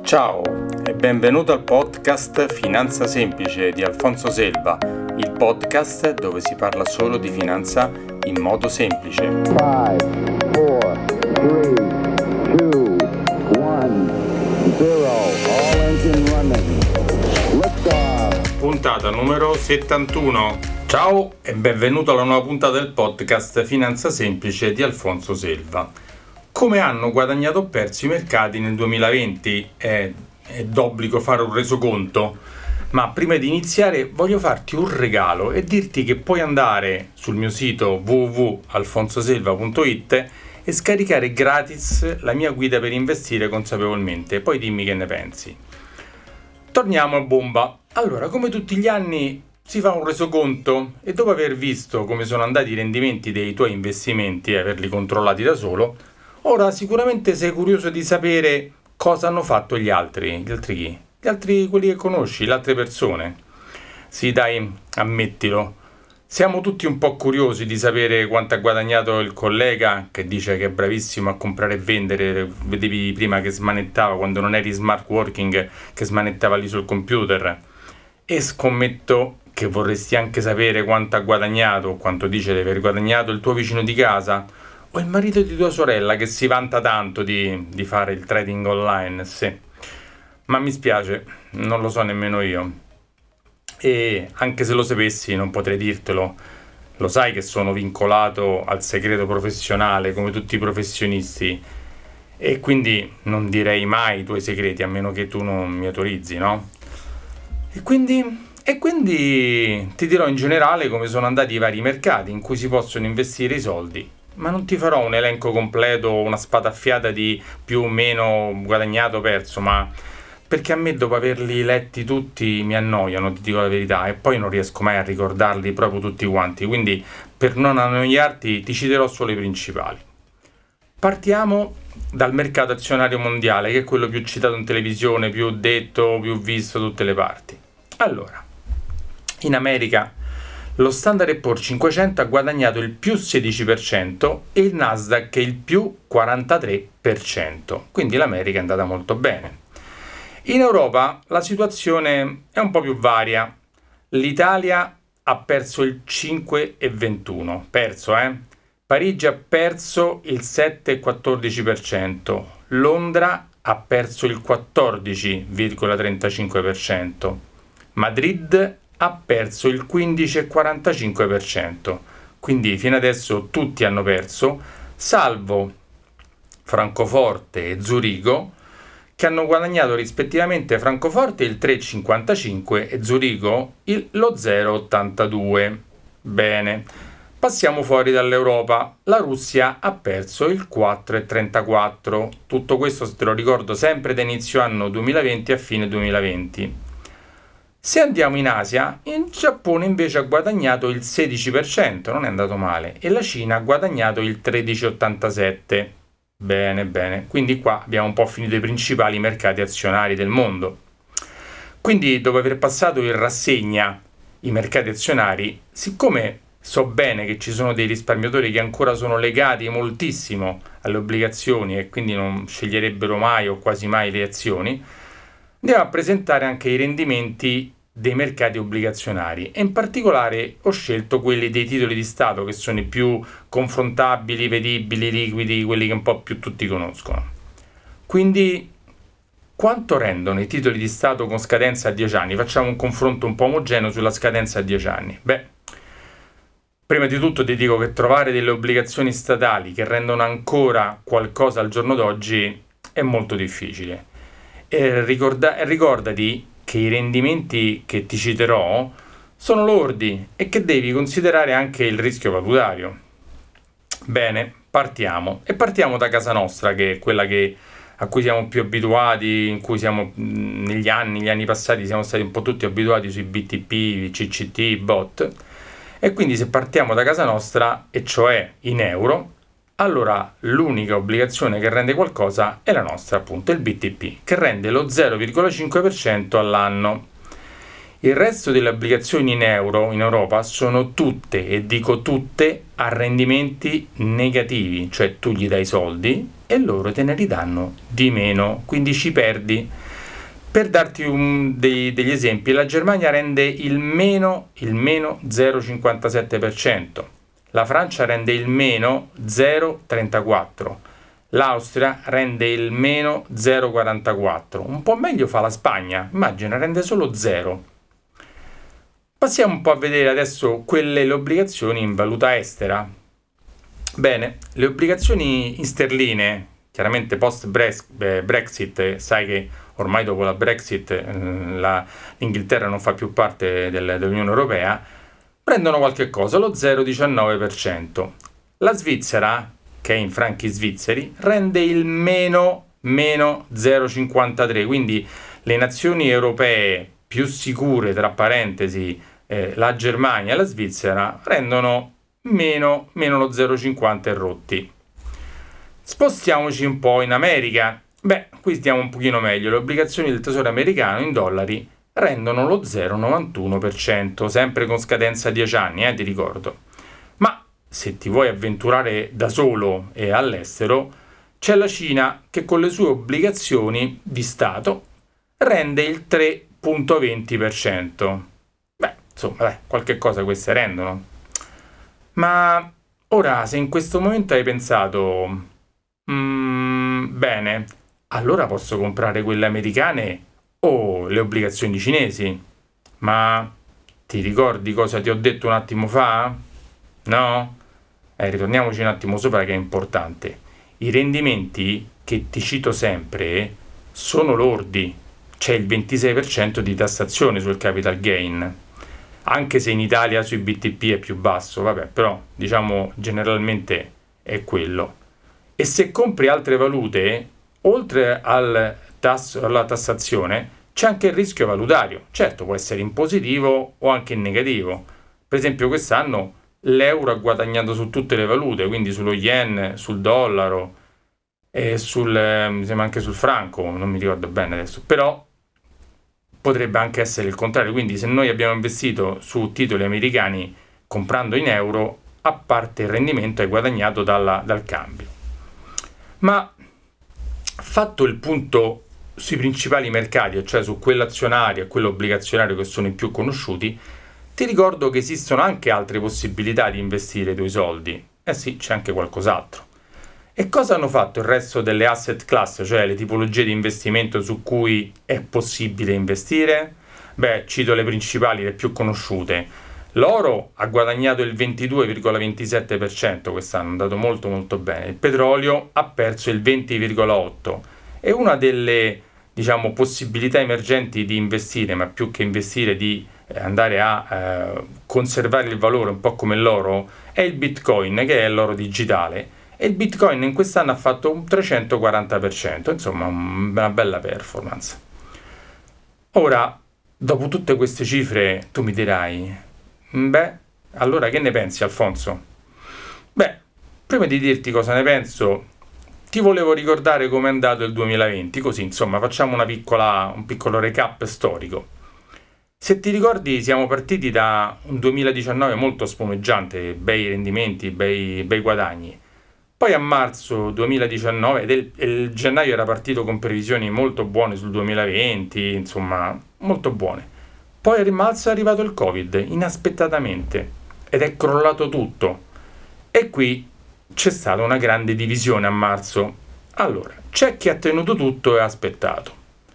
Ciao e benvenuto al podcast Finanza Semplice di Alfonso Selva, il podcast dove si parla solo di finanza in modo semplice. 5, 4, 3, 2, 1, 0, all engine running. Liftoff. Puntata numero 71. Ciao e benvenuto alla nuova puntata del podcast Finanza Semplice di Alfonso Selva. Come hanno guadagnato o perso i mercati nel 2020? È d'obbligo fare un resoconto, ma prima di iniziare voglio farti un regalo e dirti che puoi andare sul mio sito www.alfonsoselva.it e scaricare gratis la mia guida per investire consapevolmente, poi dimmi che ne pensi. Torniamo a bomba. Allora, come tutti gli anni si fa un resoconto e dopo aver visto come sono andati i rendimenti dei tuoi investimenti e averli controllati da solo, ora sicuramente sei curioso di sapere cosa hanno fatto gli altri. Gli altri chi? Gli altri, quelli che conosci, le altre persone. Sì, dai, ammettilo. Siamo tutti un po' curiosi di sapere quanto ha guadagnato il collega che dice che è bravissimo a comprare e vendere. Vedevi prima che smanettava, quando non eri smart working, che smanettava lì sul computer. E scommetto che vorresti anche sapere quanto ha guadagnato, quanto dice di aver guadagnato il tuo vicino di casa, o il marito di tua sorella che si vanta tanto di fare il trading online. Sì, ma mi spiace, non lo so nemmeno io, e anche se lo sapessi non potrei dirtelo. Lo sai che sono vincolato al segreto professionale come tutti i professionisti, e quindi non direi mai i tuoi segreti a meno che tu non mi autorizzi, no? E quindi ti dirò in generale come sono andati i vari mercati in cui si possono investire i soldi. Ma non ti farò un elenco completo, una spataffiata di più o meno guadagnato o perso, ma perché a me dopo averli letti tutti mi annoiano, ti dico la verità, e poi non riesco mai a ricordarli proprio tutti quanti, quindi per non annoiarti ti citerò solo i principali. Partiamo dal mercato azionario mondiale, che è quello più citato in televisione, più detto, più visto da tutte le parti. Allora, in America lo Standard & Poor's 500 ha guadagnato il più 16% e il Nasdaq il più 43%, quindi l'America è andata molto bene. In Europa la situazione è un po' più varia. L'Italia ha perso il 5,21%, Parigi ha perso il 7,14%, Londra ha perso il 14,35%, Madrid ha perso il 15,45%, quindi fino adesso tutti hanno perso, salvo Francoforte e Zurigo, che hanno guadagnato rispettivamente Francoforte il 3,55 e Zurigo lo 0,82. Bene, passiamo fuori dall'Europa. La Russia ha perso il 4,34. Tutto questo, se te lo ricordo, sempre da inizio anno 2020 a fine 2020. Se andiamo in Asia, il Giappone invece ha guadagnato il 16%, non è andato male, e la Cina ha guadagnato il 13,87%. Bene, quindi qua abbiamo un po' finito i principali mercati azionari del mondo. Quindi, dopo aver passato in rassegna i mercati azionari, siccome so bene che ci sono dei risparmiatori che ancora sono legati moltissimo alle obbligazioni e quindi non sceglierebbero mai o quasi mai le azioni, andiamo a presentare anche i rendimenti dei mercati obbligazionari, e in particolare ho scelto quelli dei titoli di Stato, che sono i più confrontabili, vedibili, liquidi, quelli che un po' più tutti conoscono. Quindi, quanto rendono i titoli di Stato con scadenza a 10 anni? Facciamo un confronto un po' omogeneo sulla scadenza a 10 anni. Prima di tutto ti dico che trovare delle obbligazioni statali che rendono ancora qualcosa al giorno d'oggi è molto difficile. E ricordati che i rendimenti che ti citerò sono lordi e che devi considerare anche il rischio valutario. Bene, partiamo da casa nostra, che è quella a cui siamo più abituati, in cui siamo negli anni passati siamo stati un po' tutti abituati sui BTP, CCT, BOT, e quindi se partiamo da casa nostra, e cioè in euro, allora l'unica obbligazione che rende qualcosa è la nostra, appunto, il BTP, che rende lo 0,5% all'anno. Il resto delle obbligazioni in euro in Europa sono tutte, e dico tutte, a rendimenti negativi, cioè tu gli dai soldi e loro te ne ridanno di meno, quindi ci perdi. Per darti degli esempi, la Germania rende il meno 0,57%, la Francia rende il meno 0,34%, l'Austria rende il meno 0,44%, un po' meglio fa la Spagna, immagina, rende solo 0%. Passiamo un po' a vedere adesso le obbligazioni in valuta estera. Bene, le obbligazioni in sterline, chiaramente post-Brexit, sai che ormai dopo la Brexit l'Inghilterra non fa più parte dell'Unione Europea, prendono qualche cosa, lo 0,19%. La Svizzera, che è in franchi svizzeri, rende il meno 0,53%, quindi le nazioni europee più sicure, tra parentesi, la Germania e la Svizzera, rendono meno lo 0,50 e rotti. Spostiamoci un po' in America. Beh, qui stiamo un pochino meglio. Le obbligazioni del tesoro americano in dollari rendono lo 0,91%, sempre con scadenza 10 anni, ti ricordo. Ma se ti vuoi avventurare da solo e all'estero, c'è la Cina che con le sue obbligazioni di Stato rende il 3,20%. Beh, insomma, qualche cosa queste rendono. Ma ora, se in questo momento hai pensato, bene, allora posso comprare quelle americane o le obbligazioni cinesi? Ma ti ricordi cosa ti ho detto un attimo fa? No? Ritorniamoci un attimo sopra che è importante. I rendimenti che ti cito sempre sono lordi, c'è il 26% di tassazione sul capital gain, anche se in Italia sui BTP è più basso, vabbè, però diciamo generalmente è quello. E se compri altre valute, oltre alla tassazione, c'è anche il rischio valutario. Certo, può essere in positivo o anche in negativo. Per esempio quest'anno l'euro ha guadagnato su tutte le valute, quindi sullo yen, sul dollaro e mi sembra anche sul franco, non mi ricordo bene adesso, però potrebbe anche essere il contrario. Quindi se noi abbiamo investito su titoli americani comprando in euro, a parte il rendimento hai guadagnato dal cambio. Ma fatto il punto sui principali mercati, cioè su quello azionario e quello obbligazionario che sono i più conosciuti, ti ricordo che esistono anche altre possibilità di investire i tuoi soldi. Sì, c'è anche qualcos'altro. E cosa hanno fatto il resto delle asset class, cioè le tipologie di investimento su cui è possibile investire? Beh, cito le principali, le più conosciute. L'oro ha guadagnato il 22,27% quest'anno, è andato molto molto bene. Il petrolio ha perso il 20,8%. E una delle, possibilità emergenti di investire, ma più che investire di andare a conservare il valore, un po' come l'oro, è il Bitcoin, che è l'oro digitale. E il Bitcoin in quest'anno ha fatto un 340%, insomma una bella performance. Ora, dopo tutte queste cifre, tu mi dirai, allora che ne pensi, Alfonso? Prima di dirti cosa ne penso, ti volevo ricordare come è andato il 2020, così insomma facciamo un piccolo recap storico. Se ti ricordi siamo partiti da un 2019 molto spumeggiante, bei rendimenti, bei guadagni. Poi a marzo 2019, il gennaio era partito con previsioni molto buone sul 2020, insomma, molto buone. Poi a rimbalzo è arrivato il Covid, inaspettatamente, ed è crollato tutto. E qui c'è stata una grande divisione a marzo. Allora, c'è chi ha tenuto tutto e ha aspettato.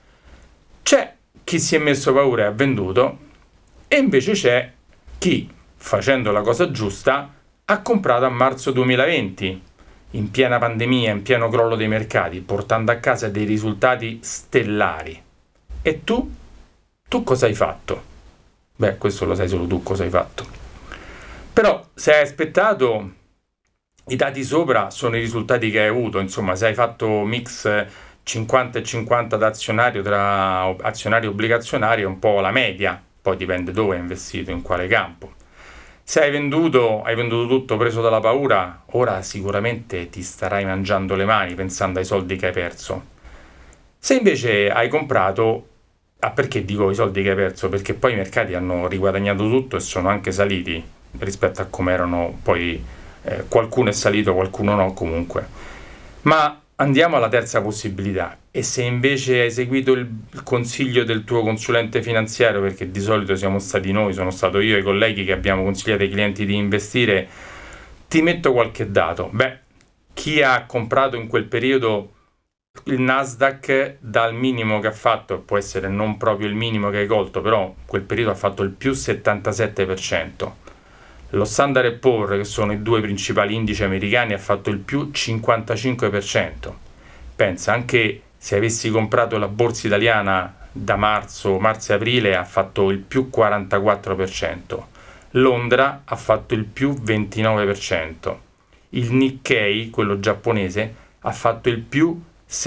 C'è chi si è messo paura e ha venduto, e invece c'è chi, facendo la cosa giusta, ha comprato a marzo 2020. In piena pandemia, in pieno crollo dei mercati, portando a casa dei risultati stellari. E tu? Tu cosa hai fatto? Questo lo sai solo tu cosa hai fatto. Però se hai aspettato, i dati sopra sono i risultati che hai avuto. Insomma, se hai fatto mix 50 e 50 da azionario, tra azionario e obbligazionario, è un po' la media. Poi dipende dove hai investito, in quale campo. Se hai venduto tutto preso dalla paura, ora sicuramente ti starai mangiando le mani pensando ai soldi che hai perso. Se invece hai comprato, perché dico i soldi che hai perso? Perché poi i mercati hanno riguadagnato tutto e sono anche saliti rispetto a come erano poi, qualcuno è salito, qualcuno no comunque. Ma Andiamo alla terza possibilità. E se invece hai seguito il consiglio del tuo consulente finanziario, perché di solito siamo stati noi, sono stato io e i colleghi che abbiamo consigliato ai clienti di investire, ti metto qualche dato. Chi ha comprato in quel periodo il Nasdaq dal minimo che ha fatto, può essere non proprio il minimo che hai colto, però quel periodo ha fatto il più 77%. Lo Standard & Poor's, che sono i due principali indici americani, ha fatto il più 55%. Pensa, anche se avessi comprato la borsa italiana da marzo e aprile, ha fatto il più 44%. Londra ha fatto il più 29%. Il Nikkei, quello giapponese, ha fatto il più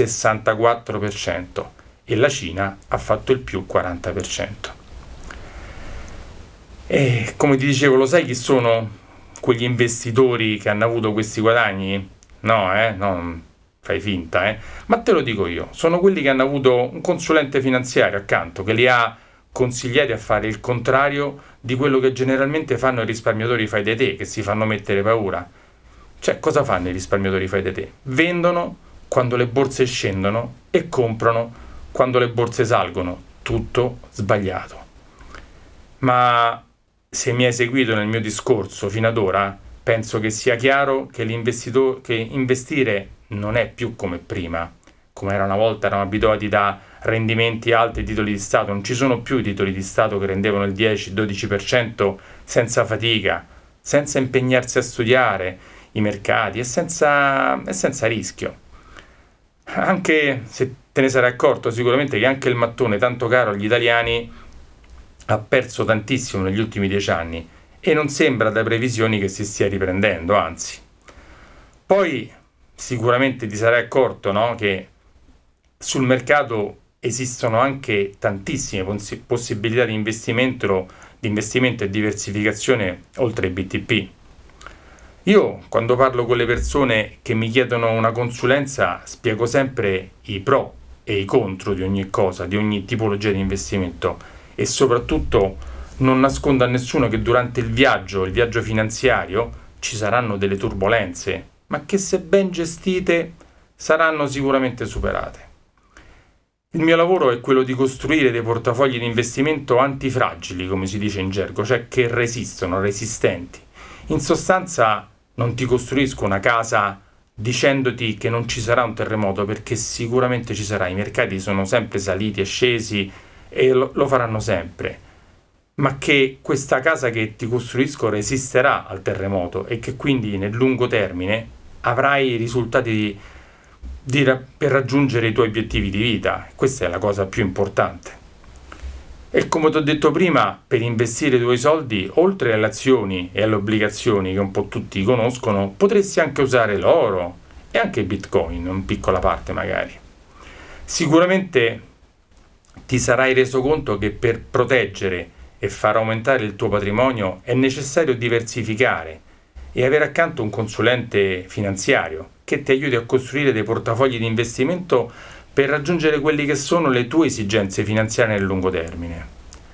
64% e la Cina ha fatto il più 40%. E come ti dicevo, lo sai chi sono quegli investitori che hanno avuto questi guadagni? No, non fai finta, ma te lo dico io. Sono quelli che hanno avuto un consulente finanziario accanto che li ha consigliati a fare il contrario di quello che generalmente fanno i risparmiatori fai da te, che si fanno mettere paura. Cioè, cosa fanno i risparmiatori fai da te? Vendono quando le borse scendono e comprano quando le borse salgono. Tutto sbagliato. Ma se mi hai seguito nel mio discorso fino ad ora, penso che sia chiaro che investire non è più come prima. Come era una volta, eravamo abituati da rendimenti alti ai titoli di Stato. Non ci sono più i titoli di Stato che rendevano il 10-12% senza fatica, senza impegnarsi a studiare i mercati e senza rischio. Anche se te ne sarai accorto sicuramente che anche il mattone tanto caro agli italiani ha perso tantissimo negli ultimi 10 anni e non sembra da previsioni che si stia riprendendo, anzi. Poi sicuramente ti sarai accorto, no, che sul mercato esistono anche tantissime possibilità di investimento e diversificazione oltre ai BTP. Io, quando parlo con le persone che mi chiedono una consulenza, spiego sempre i pro e i contro di ogni cosa, di ogni tipologia di investimento, e soprattutto non nascondo a nessuno che durante il viaggio finanziario, ci saranno delle turbolenze, ma che se ben gestite saranno sicuramente superate. Il mio lavoro è quello di costruire dei portafogli di investimento antifragili, come si dice in gergo, cioè che resistono, resistenti. In sostanza non ti costruisco una casa dicendoti che non ci sarà un terremoto, perché sicuramente ci sarà. I mercati sono sempre saliti e scesi e lo faranno sempre, ma che questa casa che ti costruisco resisterà al terremoto e che quindi nel lungo termine avrai i risultati per raggiungere i tuoi obiettivi di vita. Questa è la cosa più importante. E come ti ho detto prima, per investire i tuoi soldi, oltre alle azioni e alle obbligazioni che un po' tutti conoscono, potresti anche usare l'oro e anche il Bitcoin, in piccola parte magari. Sicuramente ti sarai reso conto che per proteggere e far aumentare il tuo patrimonio è necessario diversificare e avere accanto un consulente finanziario che ti aiuti a costruire dei portafogli di investimento per raggiungere quelli che sono le tue esigenze finanziarie nel lungo termine.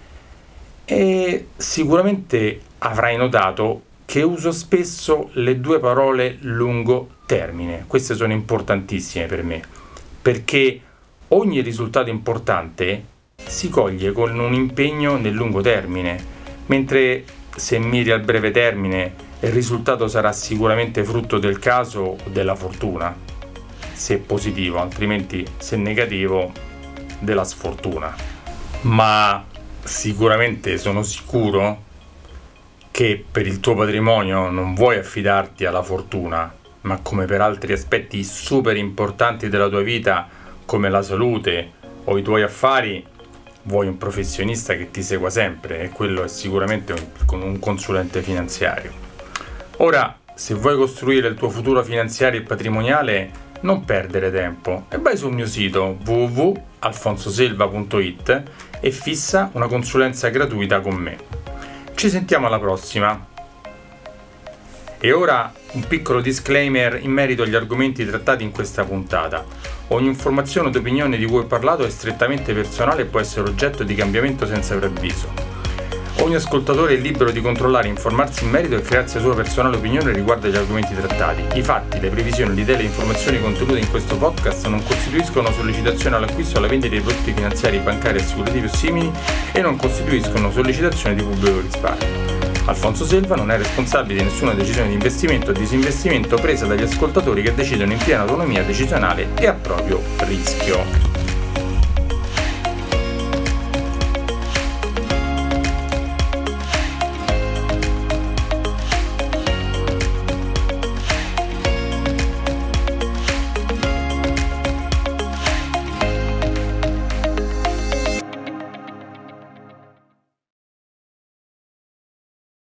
E sicuramente avrai notato che uso spesso le due parole lungo termine. Queste sono importantissime per me, perché ogni risultato importante si coglie con un impegno nel lungo termine, mentre se miri al breve termine il risultato sarà sicuramente frutto del caso o della fortuna, se positivo, altrimenti se negativo della sfortuna. Ma sicuramente sono sicuro che per il tuo patrimonio non vuoi affidarti alla fortuna, ma come per altri aspetti super importanti della tua vita, come la salute o i tuoi affari, vuoi un professionista che ti segua sempre, e quello è sicuramente un consulente finanziario. Ora, se vuoi costruire il tuo futuro finanziario e patrimoniale, non perdere tempo e vai sul mio sito www.alfonsoselva.it e fissa una consulenza gratuita con me. Ci sentiamo alla prossima. E ora un piccolo disclaimer in merito agli argomenti trattati in questa puntata. Ogni informazione o opinione di cui ho parlato è strettamente personale e può essere oggetto di cambiamento senza preavviso. Ogni ascoltatore è libero di controllare, informarsi in merito e crearsi la sua personale opinione riguardo agli argomenti trattati. I fatti, le previsioni, le idee e le informazioni contenute in questo podcast non costituiscono sollecitazione all'acquisto o alla vendita di prodotti finanziari, bancari, assicurativi o simili e non costituiscono sollecitazione di pubblico risparmio. Alfonso Selva non è responsabile di nessuna decisione di investimento o disinvestimento presa dagli ascoltatori che decidono in piena autonomia decisionale e a proprio rischio.